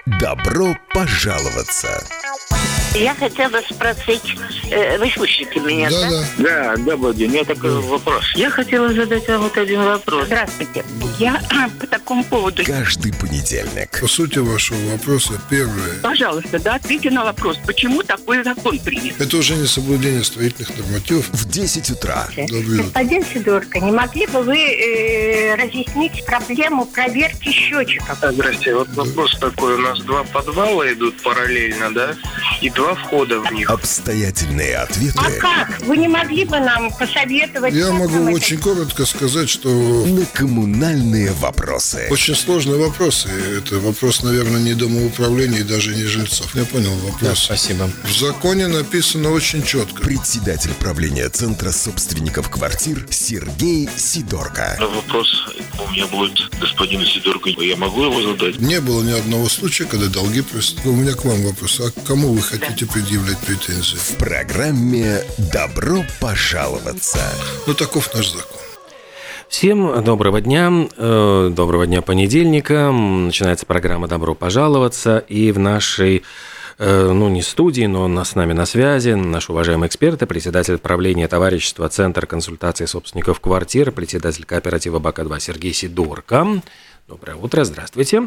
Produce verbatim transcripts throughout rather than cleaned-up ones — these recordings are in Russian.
Добро пожаловаться! Я хотела спросить, э, вы слышите меня, да? Да, Да, добрый день. У меня такой Да. вопрос. Я хотела задать вам вот один вопрос. Здравствуйте. Я по такому поводу... Каждый понедельник. по сути вашего вопроса, первое, Пожалуйста, да, ответьте на вопрос, почему такой закон принят? это уже не соблюдение строительных нормативов. В десять утра. Добрый утро. Господин Сидорко, не могли бы вы э, разъяснить проблему проверки счетчиков? Здрасте. Вот вопрос такой. У нас два подвала идут параллельно, да? И два входа в них. Обстоятельные ответы А как? Вы не могли бы нам посоветовать? Я как могу нам это очень коротко сказать, что на коммунальные вопросы. очень сложные вопросы. Это вопрос, наверное, не домоуправления и даже не жильцов. Я понял вопрос. Спасибо. В законе написано очень четко. Председатель правления Центра собственников квартир Сергей Сидорко. Вопрос у меня будет господину Сидорку. Я могу его задать? Не было ни одного случая, когда долги просят. У меня к вам вопрос. А к кому вы хотите предъявлять претензии? В программе «Добро пожаловаться». Ну, таков наш закон. Всем доброго дня, э, доброго дня понедельника. Начинается программа «Добро пожаловаться». И в нашей, э, ну не студии, но на- с нами на связи наш уважаемый эксперт, и председатель правления товарищества Центр консультации собственников квартир, председатель кооператива БАКа-два Сергей Сидорко. Доброе утро, здравствуйте.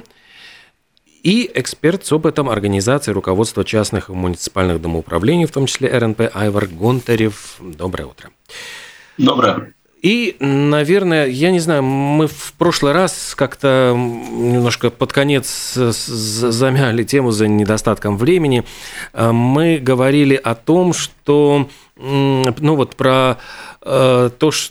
И эксперт с опытом организации руководства частных и муниципальных домоуправлений, в том числе эр эн пэ, Айвар Гонтарев. Доброе утро. Доброе. И, наверное, я не знаю, мы в прошлый раз как-то немножко под конец з- замяли тему за недостатком времени. Э, Мы говорили о том, что, м, ну вот про э, то, что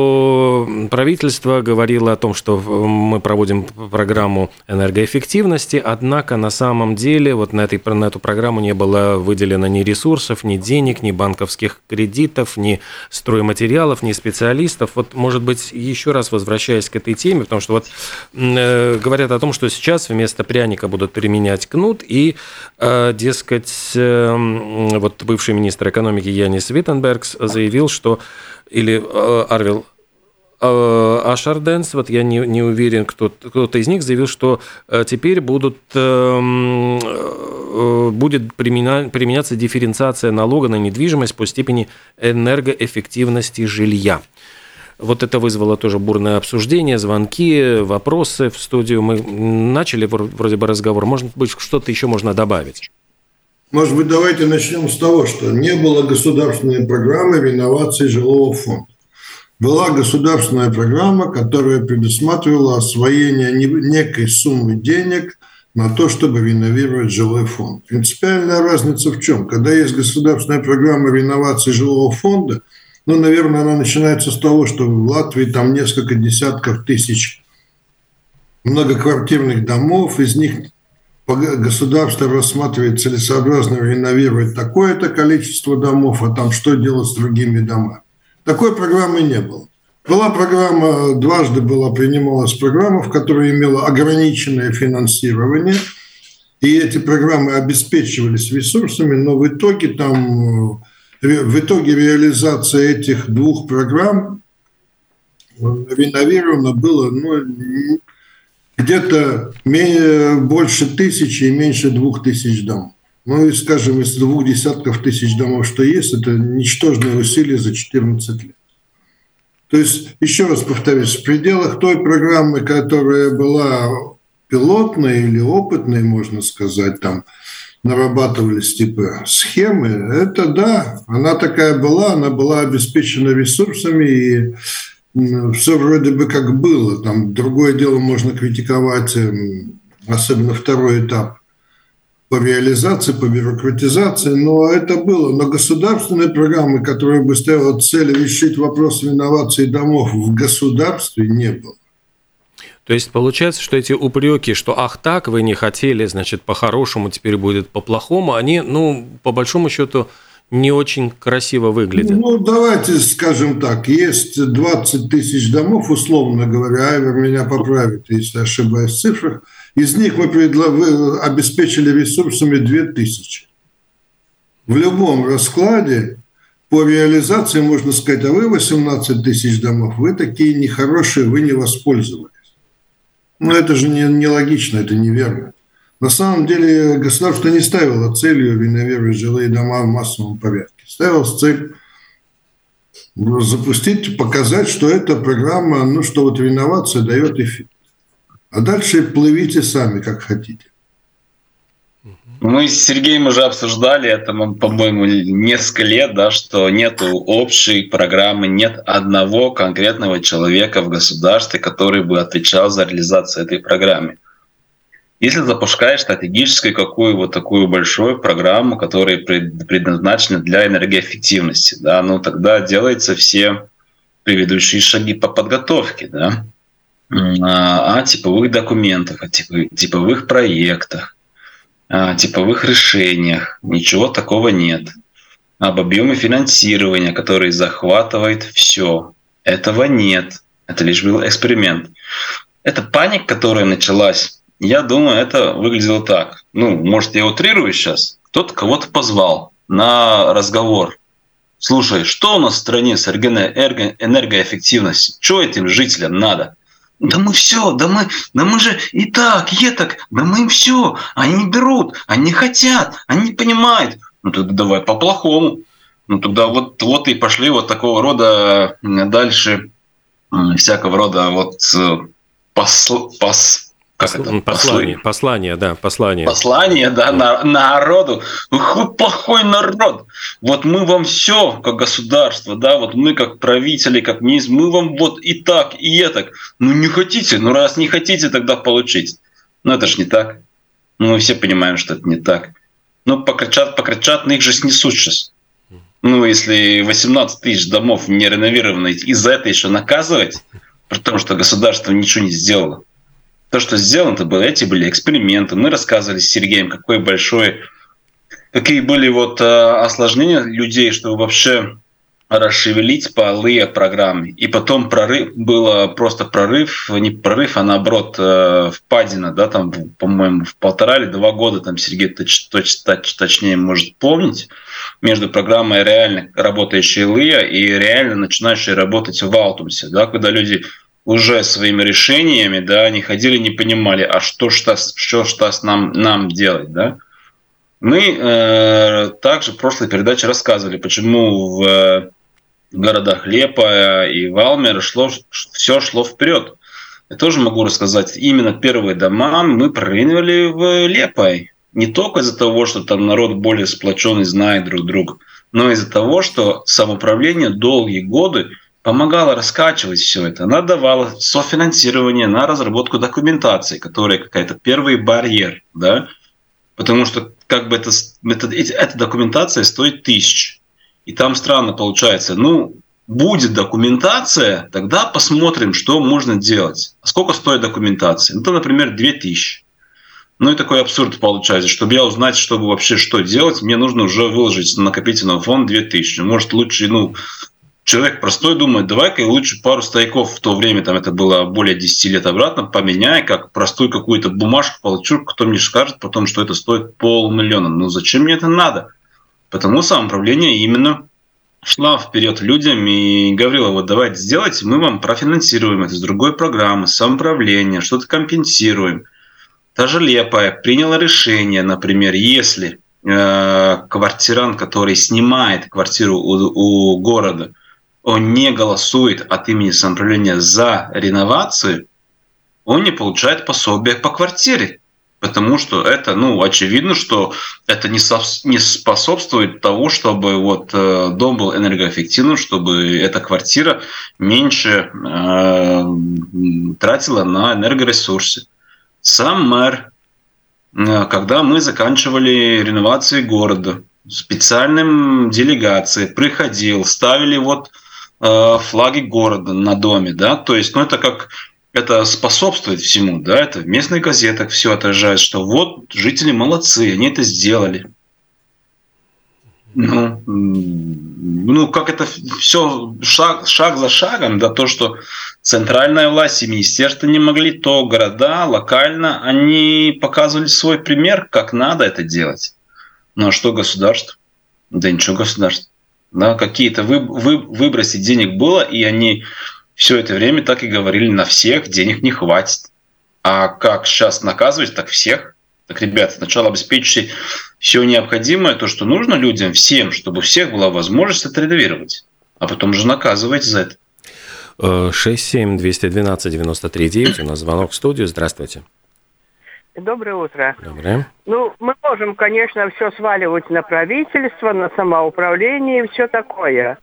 правительство говорило о том, что мы проводим программу энергоэффективности, однако на самом деле вот на, этой, на эту программу не было выделено ни ресурсов, ни денег, ни банковских кредитов, ни стройматериалов, ни специалистов. Вот, может быть, еще раз возвращаясь к этой теме, потому что вот э, говорят о том, что сейчас вместо пряника будут применять кнут, и, э, дескать, э, вот бывший министр экономики Янис Виттенбергс заявил, что или э, Арвил э, Ашарденс, вот я не, не уверен, кто, кто-то из них заявил, что э, теперь будут, э, э, будет примена, применяться дифференциация налога на недвижимость по степени энергоэффективности жилья. Вот это вызвало тоже бурное обсуждение, звонки, вопросы в студию. Мы начали вроде бы разговор. Может быть, что-то еще можно добавить? Может быть, давайте начнем с того, что не было государственной программы реновации жилого фонда. Была государственная программа, которая предусматривала освоение некой суммы денег на то, чтобы реновировать жилой фонд. Принципиальная разница в чем? Когда есть государственная программа реновации жилого фонда, ну, наверное, она начинается с того, что в Латвии там несколько десятков тысяч многоквартирных домов, из них государство рассматривает целесообразно реновировать такое-то количество домов, а там что делать с другими домами. Такой программы не было. Была программа, дважды была принималась программа, в которой имела ограниченное финансирование, и эти программы обеспечивались ресурсами, но в итоге там, в итоге реализация этих двух программ реновировано было, ну, где-то больше тысячи и меньше двух тысяч домов. Ну и, скажем, из двух десятков тысяч домов, что есть, это ничтожные усилия за четырнадцать лет. То есть, еще раз повторюсь, в пределах той программы, которая была пилотной или опытной, можно сказать, там нарабатывались типа схемы, это да, она такая была, она была обеспечена ресурсами, и все вроде бы как было. Там другое дело можно критиковать, особенно второй этап по реализации, по бюрократизации, но это было. Но государственной программы, которая бы ставила цель решить вопрос реновации домов в государстве, не было. То есть получается, что эти упреки, что ах так, вы не хотели, значит, по-хорошему, теперь будет по-плохому, они, ну, по большому счету, не очень красиво выглядят. Ну, давайте скажем так, есть двадцать тысяч домов, условно говоря, Айвер меня поправит, если ошибаюсь в цифрах, из них мы предло... обеспечили ресурсами две тысячи. В любом раскладе по реализации можно сказать, а вы восемнадцать тысяч домов, вы такие нехорошие, вы не воспользовались. Но это же не, не логично, это неверно. На самом деле государство не ставило целью реновировать жилые дома в массовом порядке. Ставилась цель запустить, показать, что эта программа, ну, что вот реновация дает эффект. А дальше плывите сами, как хотите. Мы с Сергеем уже обсуждали это, по-моему, несколько лет, да, что нет общей программы, нет одного конкретного человека в государстве, который бы отвечал за реализацию этой программы. Если запускаешь стратегическую какую вот такую большую программу, которая предназначена для энергоэффективности, да, ну тогда делаются все предыдущие шаги по подготовке, да, о типовых документах, о типовых проектах, о типовых решениях. Ничего такого нет. Об объеме финансирования, который захватывает все. Этого нет. Это лишь был эксперимент. Эта паника, которая началась, я думаю, это выглядело так. Ну, может, я утрирую сейчас. Кто-то кого-то позвал на разговор. Слушай, что у нас в стране с энергоэффективностью? Что этим жителям надо? Да мы все, да мы, да мы же и так, и так, да мы им все. Они не берут, они не хотят, они не понимают. Ну тогда давай по-плохому. Ну тогда вот, вот и пошли вот такого рода дальше всякого рода вот пос, пос, как Посл... это? Послание, послание, да, послание. Послание, да, на, народу. Какой плохой народ. Вот мы вам все, как государство, да, вот мы как правители, как министр, мы вам вот и так, и этак. Ну не хотите, ну раз не хотите, тогда получите. Ну это ж не так. Ну мы все понимаем, что это не так. Ну покричат, покричат, но их же снесут сейчас. Ну если восемнадцать тысяч домов не реновированы, и за это еще наказывать, потому что государство ничего не сделало. То, что сделано, это было, эти были эксперименты. Мы рассказывали с Сергеем, какой большой, какие были вот осложнения людей, чтобы вообще расшевелить полы программы. И потом прорыв, было просто прорыв, не прорыв, а наоборот впадина, да, там, по-моему, в полтора или два года, там Сергей точ, точ, точ, точнее может помнить, между программой реально работающей ЛИА и реально начинающей работать в Алтумсе, да, когда люди уже своими решениями, да, они ходили, не понимали, а что ж что, что нам, нам делать, да. Мы э, также в прошлой передаче рассказывали, почему в, в городах Лепа и Валмера шло, все шло вперед. Я тоже могу рассказать, именно первые дома мы прореновировали в Лепой. Не только из-за того, что там народ более сплоченный, знает друг друга, но из-за того, что самоуправление долгие годы помогала раскачивать все это. Она давала софинансирование на разработку документации, которая какая-то первый барьер, да, потому что как бы это, это, эта документация стоит тысяч. И там странно получается, ну, будет документация, тогда посмотрим, что можно делать. А сколько стоит документация? Ну, то, например, две тысячи. Ну и такой абсурд получается. Чтобы я узнать, чтобы вообще что делать, мне нужно уже выложить на накопительный фонд две тысячи. Может, лучше, ну, человек простой думает, давай-ка я лучше пару стояков в то время, там это было более десять лет обратно, поменяй, как простую какую-то бумажку получу, кто мне скажет потом, что это стоит полмиллиона. Ну зачем мне это надо? Потому самоуправление именно шла вперед людям и говорила, вот давайте сделайте, мы вам профинансируем это с другой программы, самоуправление, что-то компенсируем. Та же Лепая приняла решение, например, если э, квартирант, который снимает квартиру у, у города, он не голосует от имени самоуправления за реновацию, он не получает пособие по квартире. Потому что это, ну, очевидно, что это не, со, не способствует тому, чтобы вот, э, дом был энергоэффективным, чтобы эта квартира меньше э, тратила на энергоресурсы. Сам мэр, э, когда мы заканчивали реновации города, специальным делегацией приходил, ставили вот э, флаги города на доме, да, то есть, ну, это как... Это способствует всему, да, это в местных газетах все отражает, что вот жители молодцы, они это сделали. Ну, ну как это все шаг, шаг за шагом, да, то, что центральная власть и министерство не могли, то города локально, они показывали свой пример, как надо это делать. Ну а что государство? Да ничего государства. Да, какие-то вы, вы, выбросы денег было, и они... Все это время так и говорили, на всех денег не хватит. А как сейчас наказывать, так всех. Так, ребят, сначала обеспечьте все необходимое, то, что нужно людям, всем, чтобы у всех была возможность отреновировать, а потом уже наказывайте за это. шесть семь двести двенадцать девяносто три девять, у нас звонок в студию, здравствуйте. Доброе утро. Доброе. Ну, мы можем, конечно, все сваливать на правительство, на самоуправление и все такое.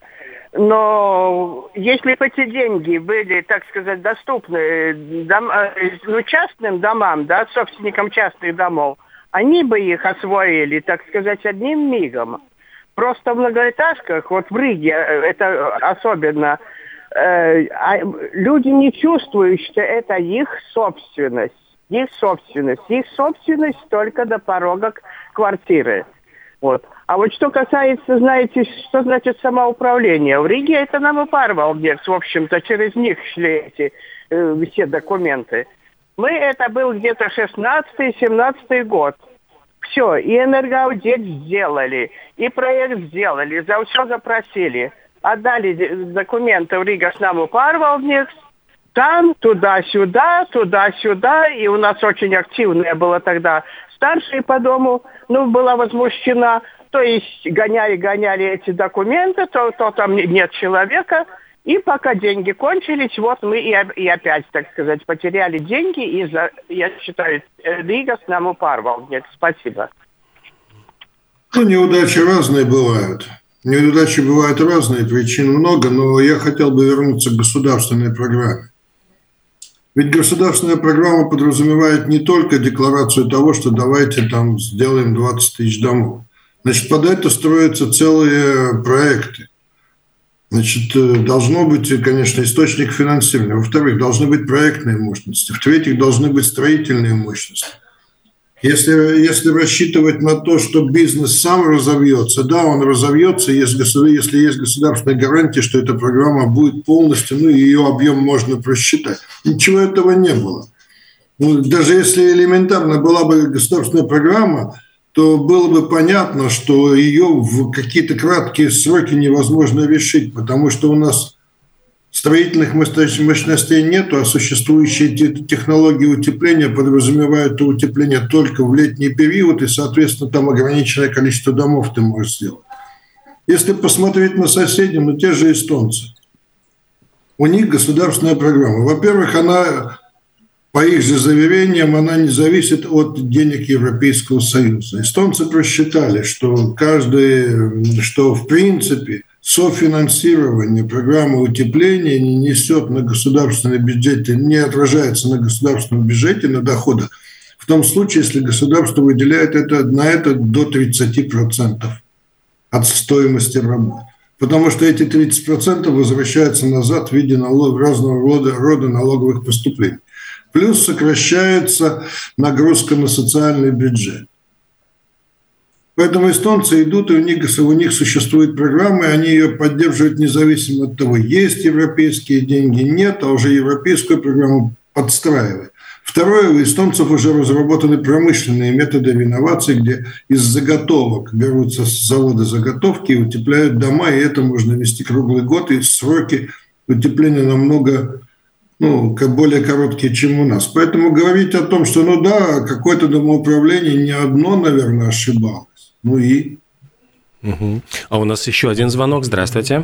Но если бы эти деньги были, так сказать, доступны дом, ну, частным домам, да, собственникам частных домов, они бы их освоили, так сказать, одним мигом. Просто в многоэтажках, вот в Риге, это особенно, э, люди не чувствуют, что это их собственность. Их собственность. Их собственность только до порога квартиры. Вот. А вот что касается, знаете, что значит самоуправление? В Риге это нам и Парвалдекс, в общем-то, через них шли эти э, все документы. Мы, это был где-то шестнадцатый-семнадцатый год. Все, и энергоаудит сделали, и проект сделали, за все запросили. Отдали документы в Рига с нам и Парвалдекс. Там, туда-сюда, туда-сюда, и у нас очень активная была тогда старшая по дому, ну, была возмущена, то есть гоняли-гоняли эти документы, то, то там нет человека, и пока деньги кончились, вот мы и, и опять, так сказать, потеряли деньги, и, за, я считаю, Рига с нами порвал. Нет, спасибо. Ну, неудачи разные бывают. Неудачи бывают разные, причин много, но я хотел бы вернуться к государственной программе. Ведь государственная программа подразумевает не только декларацию того, что давайте там сделаем двадцать тысяч домов. Значит, под это строятся целые проекты. Значит, должно быть, конечно, источник финансирования. Во-вторых, должны быть проектные мощности. В-третьих, должны быть строительные мощности. Если, если рассчитывать на то, что бизнес сам разовьется, да, он разовьется, если, если есть государственная гарантия, что эта программа будет полностью, ну, ее объем можно просчитать. Ничего этого не было. Ну, даже если элементарно была бы государственная программа, то было бы понятно, что ее в какие-то краткие сроки невозможно решить, потому что у нас строительных мощностей нет, а существующие технологии утепления подразумевают утепление только в летний период, и, соответственно, там ограниченное количество домов ты можешь сделать. Если посмотреть на соседей, ну, те же эстонцы, у них государственная программа. Во-первых, она, по их же заверениям, она не зависит от денег Европейского Союза. Эстонцы просчитали, что каждый, что в принципе софинансирование программы утепления не несет на государственном бюджете, не отражается на государственном бюджете, на доходах, в том случае, если государство выделяет это, на это до тридцать процентов от стоимости работ. Потому что эти тридцать процентов возвращаются назад в виде налог, разного рода, рода налоговых поступлений. Плюс сокращается нагрузка на социальный бюджет. Поэтому эстонцы идут, и у них, у них существует программа, и они ее поддерживают независимо от того, есть европейские деньги, нет, а уже европейскую программу подстраивают. Второе, у эстонцев уже разработаны промышленные методы реновации, где из заготовок берутся с завода заготовки и утепляют дома, и это можно вести круглый год, и сроки утепления намного, ну, более короткие, чем у нас. Поэтому говорить о том, что, ну да, какое-то домоуправление не одно, наверное, ошибалось. Ну и? Угу. А у нас еще один звонок. Здравствуйте.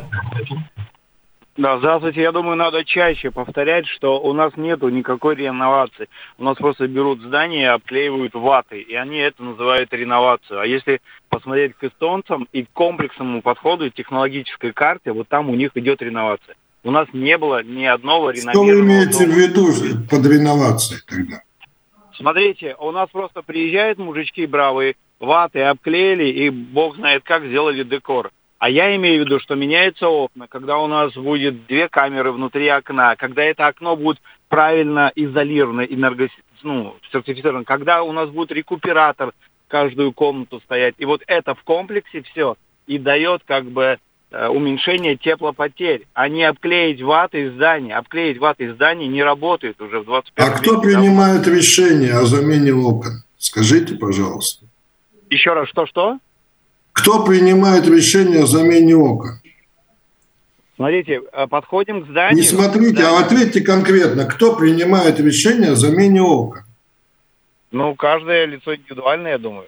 Да, здравствуйте. Я думаю, надо чаще повторять, что у нас нету никакой реновации. У нас просто берут здания и обклеивают ватой, и они это называют реновацию. А если посмотреть к эстонцам и к комплексному подходу, и технологической карте, вот там у них идет реновация. У нас не было ни одного реновированного дома. Что вы имеете дома. в виду под реновацией тогда? Смотрите, у нас просто приезжают мужички бравые, ваты обклеили, и бог знает как сделали декор. А я имею в виду, что меняются окна, когда у нас будет две камеры внутри окна, когда это окно будет правильно изолировано, энерго... ну, сертифицировано, когда у нас будет рекуператор каждую комнату стоять. И вот это в комплексе все и дает как бы уменьшение теплопотерь, а не обклеить ваты из здания. Обклеить ваты из здания не работает уже в двадцать первом веке. А кто принимает решение о замене окон? Скажите, пожалуйста. Еще раз, что-что? Кто принимает решение о замене окон? Смотрите, подходим к зданию. Не смотрите, а ответьте конкретно, кто принимает решение о замене окон? Ну, каждое лицо индивидуальное, я думаю.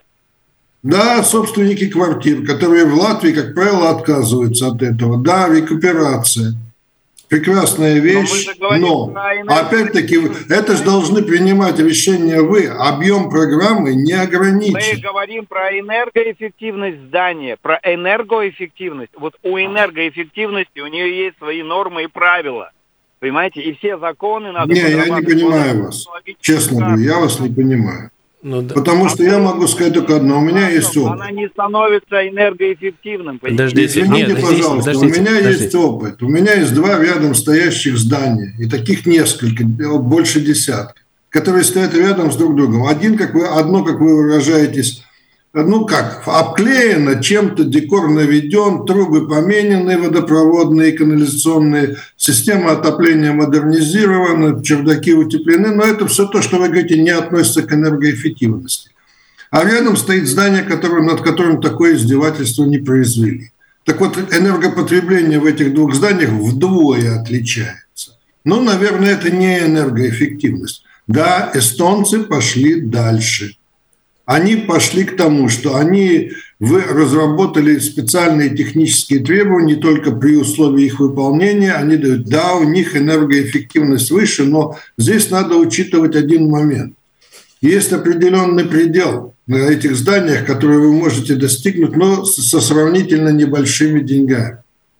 Да, собственники квартир, которые в Латвии, как правило, отказываются от этого. Да, рекуперация. Прекрасная вещь, но, но опять-таки, это же должны принимать решения вы. Объем программы не ограничен. Мы говорим про энергоэффективность здания, про энергоэффективность. Вот у энергоэффективности у нее есть свои нормы и правила. Понимаете? И все законы надо... Не, я не понимаю вас. Честно говорю, я вас не понимаю. Ну, да. Потому что а я могу сказать только одно. У меня есть опыт. Она не становится энергоэффективным. Подождите, Извините, нет, пожалуйста, здесь, подождите, у меня подождите. есть опыт. У меня есть два рядом стоящих здания. И таких несколько, больше десятка, которые стоят рядом с друг другом. Один, как вы, одно, как вы выражаетесь, ну как, обклеено, чем-то декор наведен, трубы поменены, водопроводные, канализационные, система отопления модернизирована, чердаки утеплены, но это все то, что вы говорите, не относится к энергоэффективности. А рядом стоит здание, которое, над которым такое издевательство не произвели. Так вот, энергопотребление в этих двух зданиях вдвое отличается. Ну, наверное, это не энергоэффективность. Да, эстонцы пошли дальше. Они пошли к тому, что они вы разработали специальные технические требования, не только при условии их выполнения. Они дают, да, у них энергоэффективность выше, но здесь надо учитывать один момент. Есть определенный предел на этих зданиях, который вы можете достигнуть, но со сравнительно небольшими деньгами.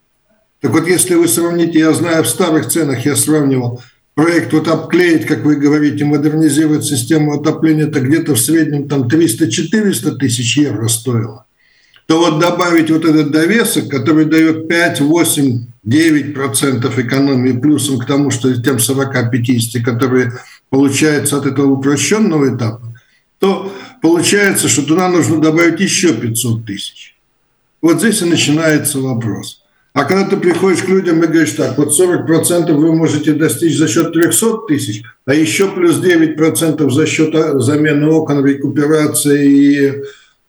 Так вот, если вы сравните, я знаю, в старых ценах я сравнивал, проект вот обклеить, как вы говорите, модернизировать систему отопления, это где-то в среднем там триста-четыреста тысяч евро стоило. То вот добавить вот этот довесок, который дает пять, восемь, девять процентов экономии плюсом к тому, что тем сорок-пятьдесят, которые получаются от этого упрощенного этапа, то получается, что туда нужно добавить еще пятьсот тысяч. Вот здесь и начинается вопрос. А когда ты приходишь к людям и говоришь так, вот сорок процентов вы можете достичь за счет триста тысяч, а еще плюс девять процентов за счет замены окон, рекуперации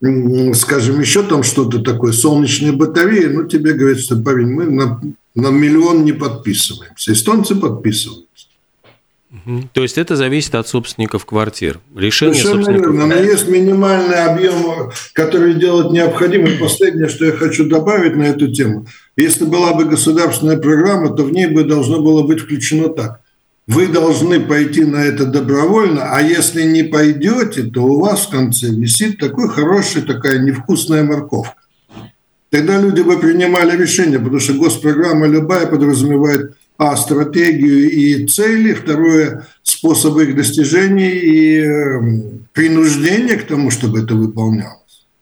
и, скажем, еще там что-то такое, солнечные батареи, ну тебе говорят, что, парень, мы на, на миллион не подписываемся. Эстонцы подписываются. То есть это зависит от собственников квартир. Решение Совершенно собственников... верно. Но есть минимальный объем, который делать необходимо. И последнее, что я хочу добавить на эту тему. Если была бы государственная программа, то в ней бы должно было быть включено так. Вы должны пойти на это добровольно, а если не пойдете, то у вас в конце висит такой хороший, такая невкусная морковка. Тогда люди бы принимали решение, потому что госпрограмма любая подразумевает а. стратегию и цели, второе – способы их достижения и э, принуждение к тому, чтобы это выполнялось.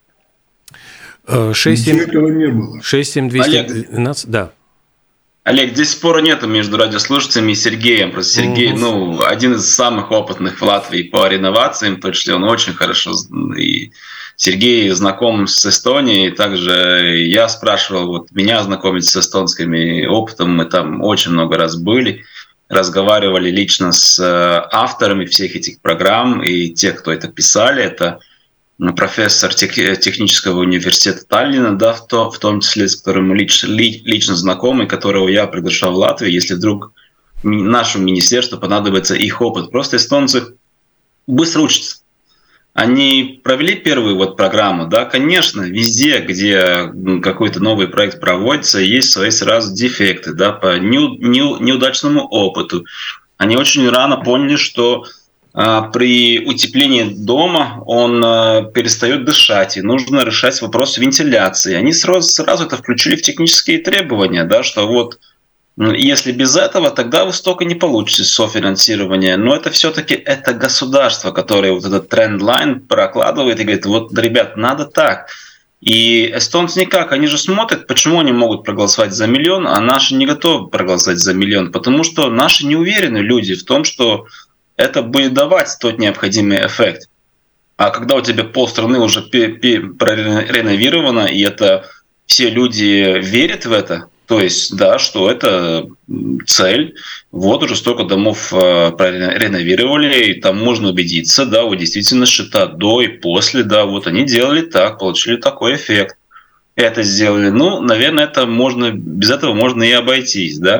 шесть семь двести двенадцать, да. Олег, здесь спора нету между радиослушателями и Сергеем. Просто Сергей, mm-hmm. ну, один из самых опытных в Латвии по реновациям, то есть он очень хорошо... И Сергей знаком с Эстонией, также я спрашивал, вот меня знакомить с эстонским опытом, мы там очень много раз были, разговаривали лично с авторами всех этих программ, и те, кто это писали, это профессор тех, технического университета Таллина, да, в, то, в том числе, с которым мы лично, ли, лично знакомы, которого я приглашал в Латвию, если вдруг нашему министерству понадобится их опыт. Просто эстонцы быстро учатся. Они провели первую вот программу, да, конечно, везде, где какой-то новый проект проводится, есть свои сразу дефекты, да, по не, не, неудачному опыту. Они очень рано поняли, что а, при утеплении дома он а, перестает дышать, и нужно решать вопрос вентиляции. Они сразу, сразу это включили в технические требования, да, что вот если без этого, тогда вы столько не получите софинансирования. Но это все-таки это государство, которое вот этот тренд-лайн прокладывает и говорит, вот, ребят, надо так. И эстонцы никак, они же смотрят, почему они могут проголосовать за миллион, а наши не готовы проголосовать за миллион. Потому что наши не уверены люди в том, что это будет давать тот необходимый эффект. А когда у тебя полстраны уже прореновировано, и это все люди верят в это, то есть, да, что это цель. Вот уже столько домов реновировали, и там можно убедиться, да, вот действительно счета до и после, да, вот они делали так, получили такой эффект. Это сделали. Ну, наверное, это можно, без этого можно и обойтись, да.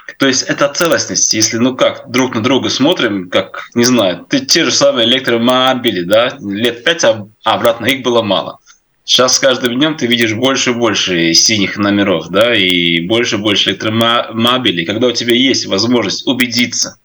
То есть это целостность. Если, ну как, друг на друга смотрим, как, не знаю, те же самые электромобили, да, лет пять, а обратно их было мало. Сейчас с каждым днем ты видишь больше и больше синих номеров, да, и больше и больше электромобилей. Когда у тебя есть возможность убедиться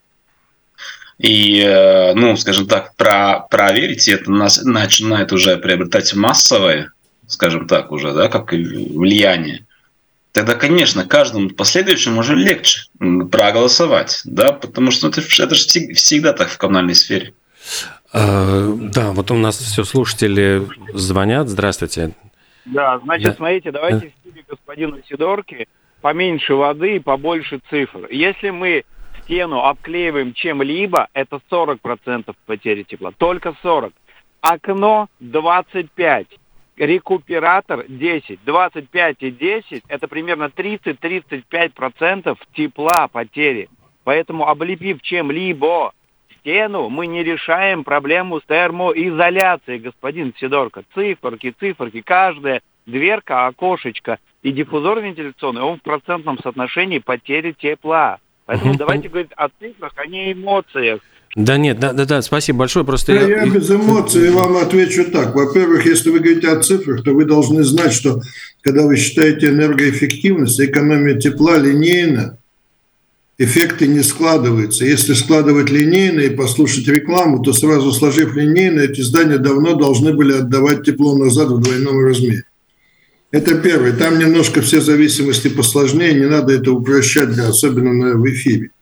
и, ну, скажем так, про, проверить, и это нас начинает уже приобретать массовое, скажем так, уже, да, как влияние, тогда, конечно, каждому последующему уже легче проголосовать, да, потому что это, это же всегда так в коммунальной сфере. А, да, вот у нас все слушатели звонят. Здравствуйте. Да, значит, да. Смотрите, давайте в стиле господина Сидорки поменьше воды и побольше цифр. Если мы стену обклеиваем чем-либо, это сорок процентов потери тепла, только сорок. Окно двадцать пять. Рекуператор десять. двадцать пять и десять – это примерно тридцать-тридцать пять процентов тепла потери. Поэтому, облепив чем-либо стену, мы не решаем проблему с термоизоляцией, господин Сидорка. Циферки, циферки, каждая дверка, окошечко и диффузор вентиляционный, он в процентном соотношении потери тепла. Поэтому давайте говорить о цифрах, а не эмоциях. Да нет, да, да, да, спасибо большое. Просто я, я без эмоций вам отвечу так. Во-первых, если вы говорите о цифрах, то вы должны знать, что когда вы считаете энергоэффективность, экономия тепла линейно, эффекты не складываются. Если складывать линейно и послушать рекламу, то сразу сложив линейно, эти здания давно должны были отдавать тепло назад в двойном размере. Это первое. Там немножко все зависимости посложнее, не надо это упрощать, особенно в эфире.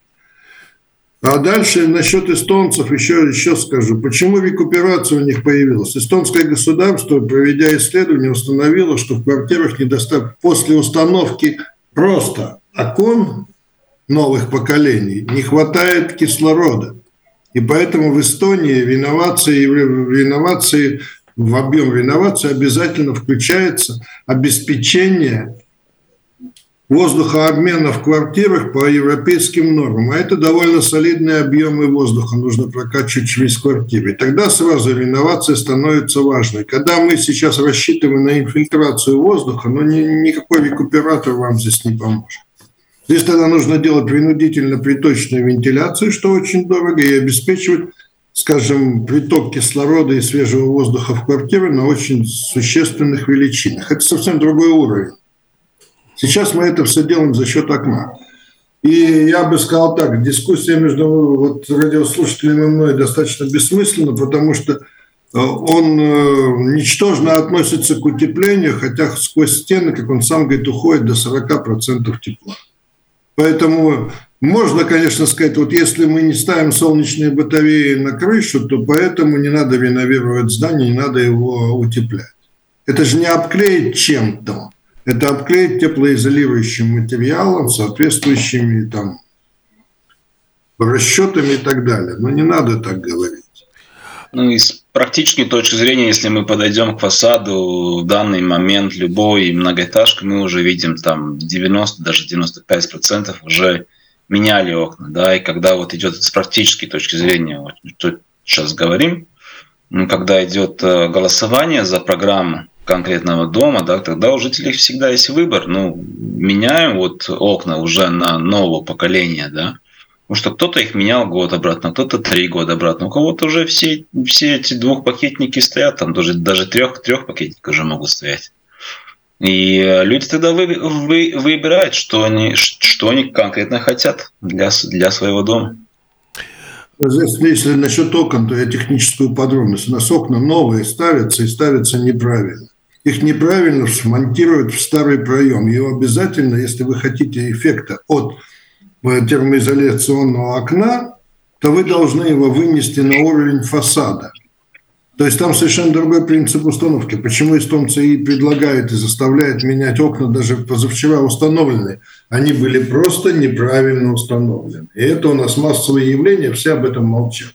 А дальше насчет эстонцев еще, еще скажу. Почему рекуперация у них появилась? Эстонское государство, проведя исследование, установило, что в квартирах недостаточно после установки просто окон новых поколений не хватает кислорода. И поэтому в Эстонии в реновации, в реновации, в объем реновации обязательно включается обеспечение воздухообмена в квартирах по европейским нормам. А это довольно солидные объемы воздуха нужно прокачивать через квартиры. И тогда сразу реновация становится важной. Когда мы сейчас рассчитываем на инфильтрацию воздуха, но ни, никакой рекуператор вам здесь не поможет. Здесь тогда нужно делать принудительно приточную вентиляцию, что очень дорого, и обеспечивать, скажем, приток кислорода и свежего воздуха в квартиры на очень существенных величинах. Это совсем другой уровень. Сейчас мы это все делаем за счет окна. И я бы сказал так, дискуссия между вот, радиослушателями и мной достаточно бессмысленна, потому что он э, ничтожно относится к утеплению, хотя сквозь стены, как он сам говорит, уходит до сорок процентов тепла. Поэтому можно, конечно, сказать, вот если мы не ставим солнечные батареи на крышу, то поэтому не надо реновировать здание, не надо его утеплять. Это же не обклеить чем-то. Это обклеить теплоизолирующим материалом, соответствующими там расчетами и так далее. Но не надо так говорить. Ну, и с практической точки зрения, если мы подойдем к фасаду в данный момент любой многоэтажки, мы уже видим там девяносто, даже девяносто пять процентов уже меняли окна. Да? И когда вот идет с практической точки зрения, вот, что сейчас говорим, когда идет голосование за программу конкретного дома, да, тогда у жителей всегда есть выбор. Ну, меняем вот окна уже на нового поколения, да. Потому что кто-то их менял год обратно, кто-то три года обратно. У кого-то уже все, все эти двухпакетники стоят, там даже, даже трех, трех пакетников уже могут стоять. И люди тогда вы, вы, выбирают, что они, что они конкретно хотят для, для своего дома. Здесь, если насчет окон, то я техническую подробность. У нас окна новые ставятся и ставятся неправильно. Их неправильно смонтируют в старый проем. Его обязательно, если вы хотите эффекта от термоизоляционного окна, то вы должны его вынести на уровень фасада. То есть там совершенно другой принцип установки. Почему эстонцы и предлагают, и заставляют менять окна, даже позавчера установленные. Они были просто неправильно установлены. И это у нас массовое явление, все об этом молчат.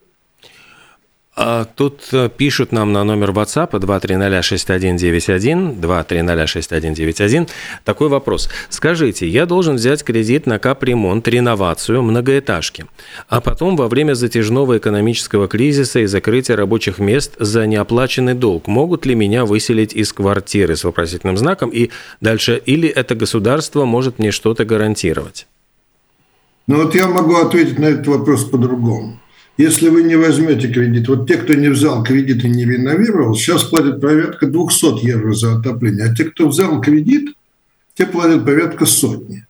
А тут пишут нам на номер WhatsApp два три ноль шесть один девять один, два три ноль шесть один девять один, такой вопрос. Скажите, я должен взять кредит на капремонт, реновацию многоэтажки, а потом во время затяжного экономического кризиса и закрытия рабочих мест за неоплаченный долг могут ли меня выселить из квартиры с вопросительным знаком и дальше, или это государство может мне что-то гарантировать? Но вот я могу ответить на этот вопрос по-другому. Если вы не возьмете кредит, вот те, кто не взял кредит и не реновировал, сейчас платят порядка двести евро за отопление. А те, кто взял кредит, те платят порядка сотни.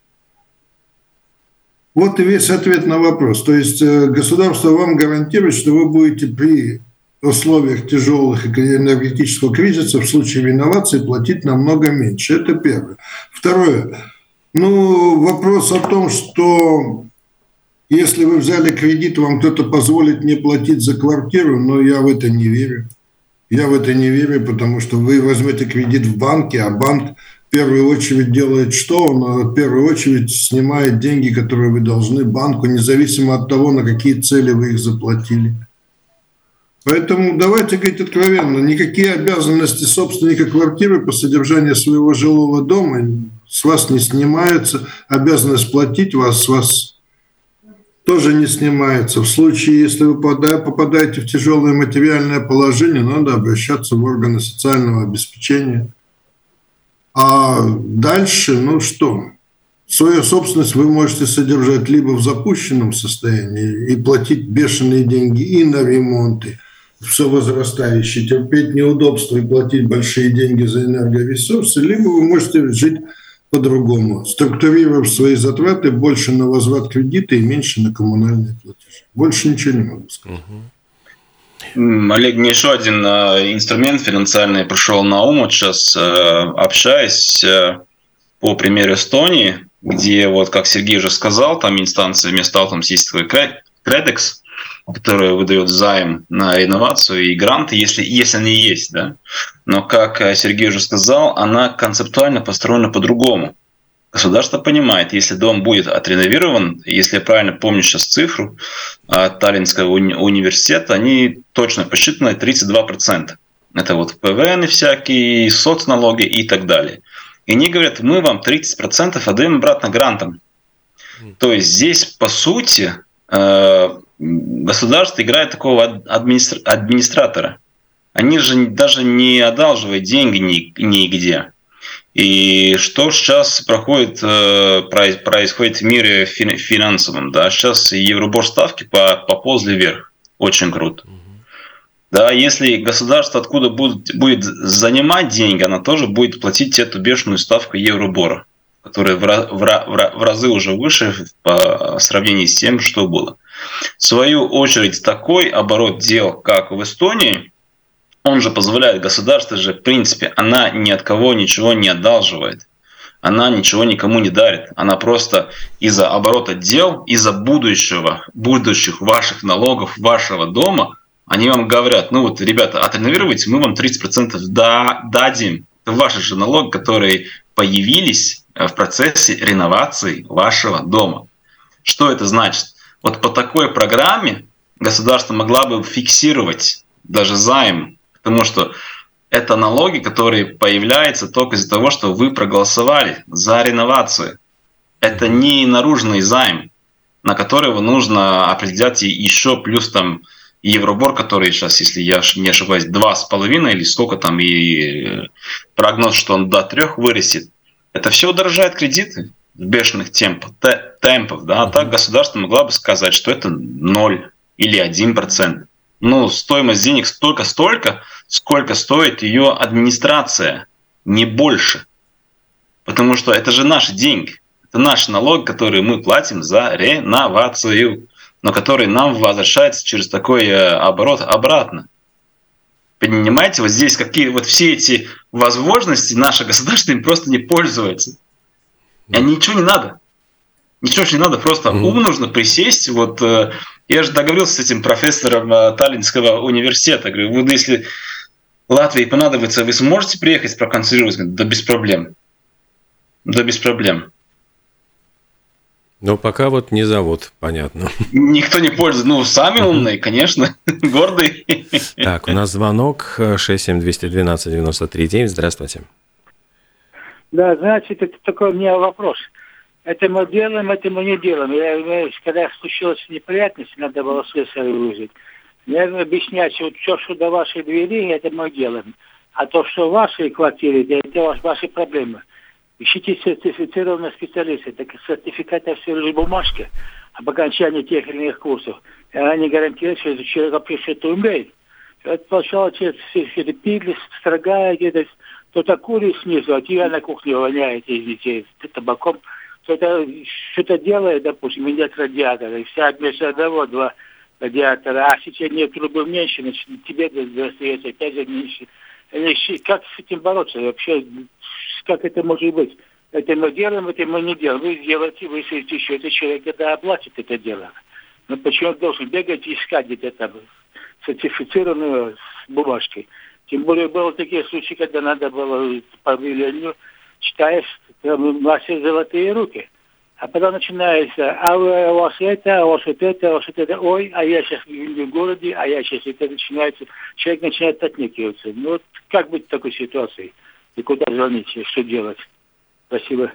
Вот и весь ответ на вопрос. То есть государство вам гарантирует, что вы будете при условиях тяжелых энергетического кризиса в случае реновации платить намного меньше. Это первое. Второе. Ну, вопрос о том, что если вы взяли кредит, вам кто-то позволит не платить за квартиру, но я в это не верю. Я в это не верю, потому что вы возьмете кредит в банке, а банк в первую очередь делает что? Он в первую очередь снимает деньги, которые вы должны банку, независимо от того, на какие цели вы их заплатили. Поэтому давайте говорить откровенно, никакие обязанности собственника квартиры по содержанию своего жилого дома с вас не снимаются, обязанность платить вас с вас тоже не снимается. В случае, если вы попадаете в тяжелое материальное положение, надо обращаться в органы социального обеспечения. А дальше, ну что, свою собственность вы можете содержать либо в запущенном состоянии и платить бешеные деньги и на ремонты, все возрастающее, терпеть неудобства и платить большие деньги за энергоресурсы, либо вы можете жить по-другому, структурировав свои затраты больше на возврат кредита и меньше на коммунальные платежи. Больше ничего не могу сказать. Угу. Олег, мне еще один э, инструмент финансовый пришел на ум. Вот сейчас, э, общаясь э, по примеру Эстонии, где, вот как Сергей уже сказал, там инстанция вместо там есть такой Кредекс, который выдает займ на реновацию и гранты, если, если они есть. Да? Но, как Сергей уже сказал, она концептуально построена по-другому. Государство понимает, если дом будет отреновирован, если я правильно помню сейчас цифру от Таллинского уни- университета, они точно посчитаны тридцать два процента. Это вот ПВН всякие, соцналоги и так далее. И они говорят, мы вам тридцать процентов отдаем обратно грантом. То есть здесь, по сути, государство играет такого администра- администратора. Они же даже не одалживают деньги ни, нигде. И что сейчас проходит, происходит в мире финансовом? Да? Сейчас Евробор ставки поползли вверх. Очень круто. Да, если государство откуда будет, будет занимать деньги, оно тоже будет платить эту бешеную ставку Евробора, которая в, в, в, в разы уже выше по сравнению с тем, что было. В свою очередь, такой оборот дел, как в Эстонии, он же позволяет, государство же, в принципе, она ни от кого ничего не одалживает. Она ничего никому не дарит. Она просто из-за оборота дел, из-за будущего, будущих ваших налогов, вашего дома, они вам говорят, ну вот, ребята, отреновируйте, мы вам тридцать процентов дадим. Это ваши же налоги, которые появились в процессе реновации вашего дома. Что это значит? Вот по такой программе государство могло бы фиксировать даже займ, потому что это налоги, которые появляются только из-за того, что вы проголосовали за реновацию. Это не наружный займ, на которого нужно определять еще плюс там Евробор, который сейчас, если я не ошибаюсь, два с половиной или сколько там, и прогноз, что он до трех вырастет. Это все удорожает кредиты в бешеных темпах, темпов. Да? А так государство могло бы сказать, что это ноль или один процент. Ну, стоимость денег столько-столько, сколько стоит ее администрация, не больше. Потому что это же наши деньги. Это наш налог, который мы платим за реновацию, но который нам возвращается через такой оборот обратно. Понимаете, вот здесь какие вот все эти возможности наше государство им просто не пользуется. И ничего не надо. Ничего же не надо, просто mm-hmm. ум нужно присесть. Вот я же договорился с этим профессором Таллинского университета. Говорю, вот если Латвии понадобится, вы сможете приехать проконсультировать? Да без проблем. Да без проблем. Но пока вот не зовут, понятно. Никто не пользуется. Ну, сами умные, конечно, гордые. Так, у нас звонок шесть семь два один два девять три девять. Здравствуйте. Да, значит, это такой у меня вопрос. Это мы делаем, это мы не делаем. Я, когда случилась неприятность, надо было слесаря вызвать. Мне объяснять, что вот все, что до вашей двери, это мы делаем. А то, что в вашей квартире, это ваши проблемы. Ищите сертифицированные специалисты. Так сертификаты все лишь бумажки об окончании тех или иных курсов. И она не гарантирует, что человек вообще это умеет. Это сначала все это пили, строгая где-то, кто-то курит снизу, а тебя на кухне воняет из детей табаком. Кто-то что-то делает, допустим, меняет радиатор, и вся вместо одного, два радиатора, а сейчас нет трубы меньше, значит, тебе достается опять же меньше. Как с этим бороться вообще? Как это может быть? Это мы делаем, это мы не делаем. Вы сделаете, вы сидите еще, это человек, когда оплатит это дело. Но почему он должен бегать и искать где-то там сертифицированную бумажкой? Тем более были такие случаи, когда надо было по велению, читаешь, там у вас есть золотые руки. А потом начинается, а у вас это, а у вас вот это, а у вас вот это, ой, а я сейчас в городе, а я сейчас это начинается. Человек начинает отнекиваться. Ну вот как быть в такой ситуации? И куда звонить, и что делать? Спасибо.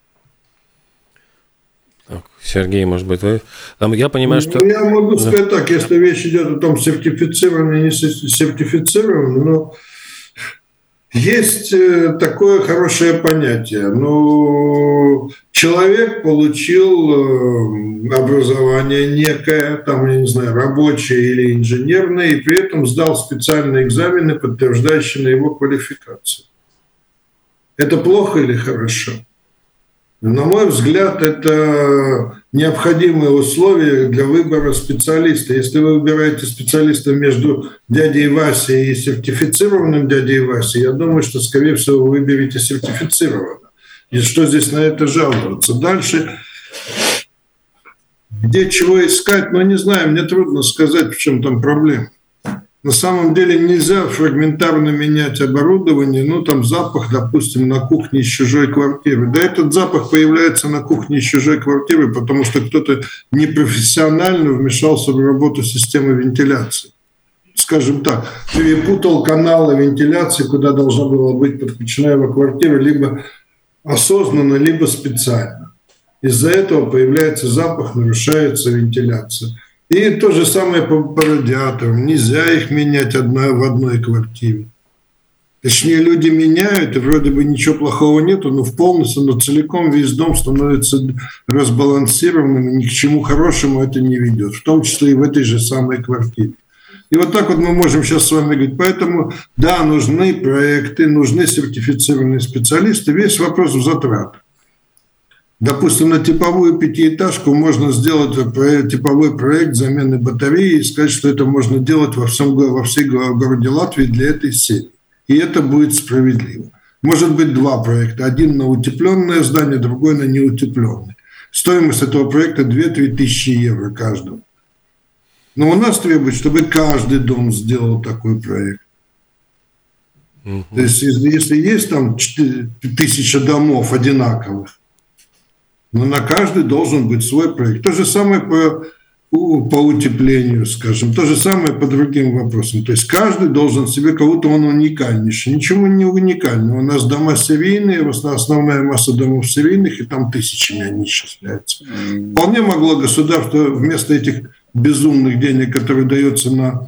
Так, Сергей, может быть, вы... Там, я понимаю, что... Ну, я могу сказать так, если речь идет о том, сертифицированный, не сертифицированный, но есть такое хорошее понятие. Ну, человек получил образование некое, там, я не знаю, рабочее или инженерное, и при этом сдал специальные экзамены, подтверждающие его квалификацию. Это плохо или хорошо? На мой взгляд, это необходимые условия для выбора специалиста. Если вы выбираете специалиста между дядей Васей и сертифицированным дядей Васей, я думаю, что, скорее всего, вы выберете сертифицированного. И что здесь на это жаловаться? Дальше, где чего искать, ну, не знаю, мне трудно сказать, в чем там проблема. На самом деле нельзя фрагментарно менять оборудование, ну там запах, допустим, на кухне из чужой квартиры. Да этот запах появляется на кухне из чужой квартиры, потому что кто-то непрофессионально вмешался в работу системы вентиляции. Скажем так, перепутал каналы вентиляции, куда должна была быть подключена его квартира, либо осознанно, либо специально. Из-за этого появляется запах, нарушается вентиляция. И то же самое по, по радиаторам. Нельзя их менять одна, в одной квартире. Точнее, люди меняют, и вроде бы ничего плохого нету, но в полностью, но целиком весь дом становится разбалансированным, и ни к чему хорошему это не ведет, в том числе и в этой же самой квартире. И вот так вот мы можем сейчас с вами говорить. Поэтому, да, нужны проекты, нужны сертифицированные специалисты. Весь вопрос в затратах. Допустим, на типовую пятиэтажку можно сделать типовой проект замены батареи и сказать, что это можно делать во всем во всей городе Латвии для этой серии. И это будет справедливо. Может быть два проекта. Один на утепленное здание, другой на неутепленное. Стоимость этого проекта две-три тысячи евро каждого. Но у нас требует, чтобы каждый дом сделал такой проект. Mm-hmm. То есть если, если есть там тысяча домов одинаковых, но на каждый должен быть свой проект. То же самое по, по утеплению, скажем, то же самое по другим вопросам. То есть каждый должен себе, кого-то он уникальнейший. Ничего не уникального. У нас дома серийные, основная масса домов серийных, и там тысячами они исчисляются. Вполне могло государство вместо этих безумных денег, которые даются на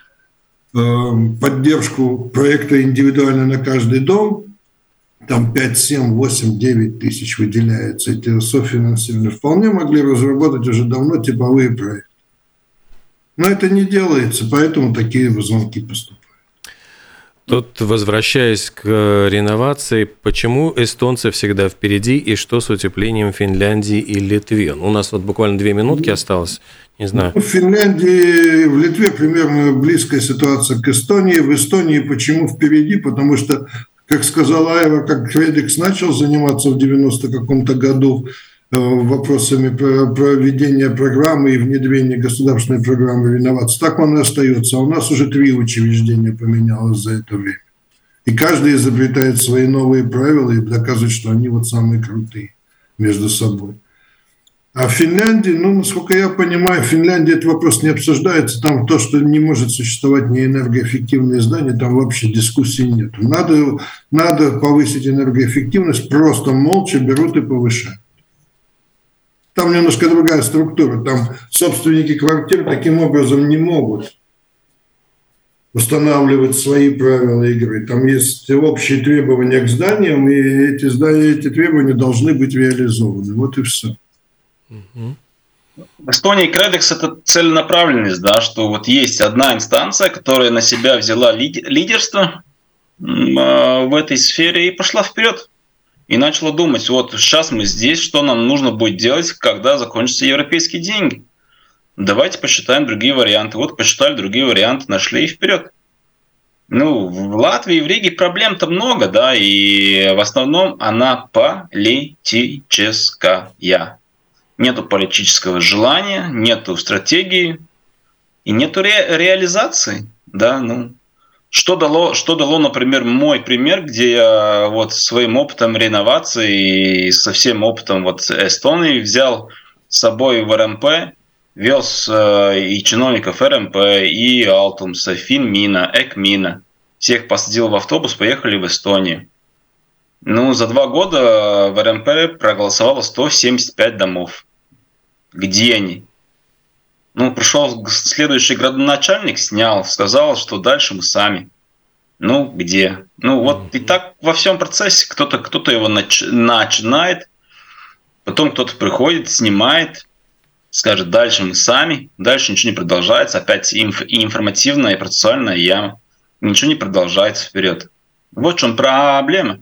э, поддержку проекта индивидуально на каждый дом, там пять, семь, восемь, девять тысяч выделяется, эти софинансирования, вполне могли разработать уже давно типовые проекты. Но это не делается, поэтому такие звонки поступают. Тут, возвращаясь к реновации, почему эстонцы всегда впереди и что с утеплением Финляндии и Литвы? У нас вот буквально две минутки осталось, не знаю. В Финляндии, в Литве примерно близкая ситуация к Эстонии. В Эстонии почему впереди? Потому что, как сказал Айва, как Кредикс начал заниматься в девяностом каком-то году вопросами проведения программы и внедрения государственной программы реновации, так он и остается. А у нас уже три учреждения поменялось за это время. И каждый изобретает свои новые правила и доказывает, что они вот самые крутые между собой. А в Финляндии, ну, насколько я понимаю, в Финляндии этот вопрос не обсуждается. Там то, что не может существовать неэнергоэффективные здания, там вообще дискуссий нет. Надо, надо повысить энергоэффективность, просто молча берут и повышают. Там немножко другая структура. Там собственники квартир таким образом не могут устанавливать свои правила игры. Там есть общие требования к зданиям, и эти, здания, эти требования должны быть реализованы. Вот и все. В Эстонии Кредекс – это целенаправленность, да, что вот есть одна инстанция, которая на себя взяла лидерство в этой сфере и пошла вперед. И начала думать, вот сейчас мы здесь, что нам нужно будет делать, когда закончатся европейские деньги. Давайте посчитаем другие варианты. Вот посчитали другие варианты, нашли и вперед. Ну, в Латвии и в Риге проблем-то много, да, и в основном она политическая. Нету политического желания, нету стратегии и нету ре- реализации, да, ну. Что дало, что дало, например, мой пример, где я вот своим опытом реновации и со всем опытом вот Эстонии взял с собой в эр эм пэ, вез э, и чиновников эр эм пэ, и Алтумса, Финмина, Экмина. Всех посадил в автобус, поехали в Эстонию. Ну, за два года в эр эм пэ проголосовало сто семьдесят пять домов. Где они? Ну, пришел следующий градоначальник, снял, сказал, что дальше мы сами. Ну, где? Ну, вот и так во всем процессе кто-то, кто-то его нач- начинает, потом кто-то приходит, снимает, скажет, дальше мы сами, дальше ничего не продолжается, опять инф- и информативная, и процессуальная яма. Ничего не продолжается вперед. Вот в чем проблема.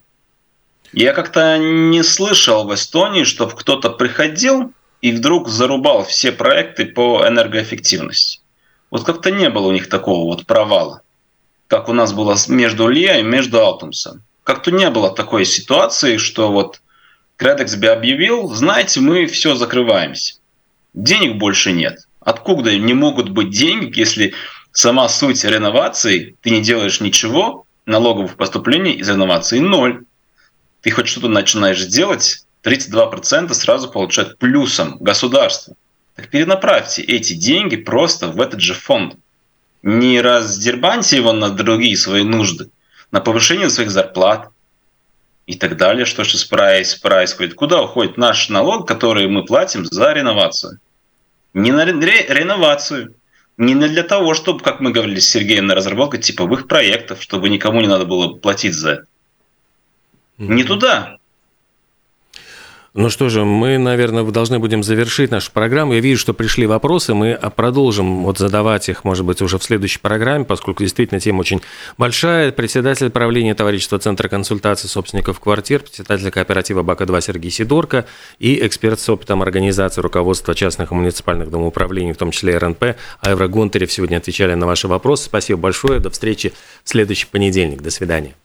Я как-то не слышал в Эстонии, чтобы кто-то приходил и вдруг зарубал все проекты по энергоэффективности. Вот как-то не было у них такого вот провала, как у нас было между Лиа и между Алтумсом. Как-то не было такой ситуации, что вот Кредекс бы объявил, знаете, мы все закрываемся. Денег больше нет. Откуда не могут быть деньги, если сама суть реновации, ты не делаешь ничего, налоговых поступлений из реновации ноль. Ты хоть что-то начинаешь делать, тридцать два процента сразу получает плюсом государство. Так перенаправьте эти деньги просто в этот же фонд. Не раздербаньте его на другие свои нужды, на повышение своих зарплат и так далее. Что сейчас происходит? Куда уходит наш налог, который мы платим за реновацию? Не на ре- реновацию, не для того, чтобы, как мы говорили с Сергеем, на разработку типовых проектов, чтобы никому не надо было платить за это. Не туда. Ну что же, мы, наверное, должны будем завершить нашу программу. Я вижу, что пришли вопросы, мы продолжим вот задавать их, может быть, уже в следующей программе, поскольку действительно тема очень большая. Председатель правления товарищества Центра консультации собственников квартир, председатель кооператива БАКа-два Сергей Сидорко и эксперт с опытом организации руководства частных и муниципальных домоуправлений, в том числе эр эн пэ, Айвра Гонтарев, сегодня отвечали на ваши вопросы. Спасибо большое, до встречи в следующий понедельник. До свидания.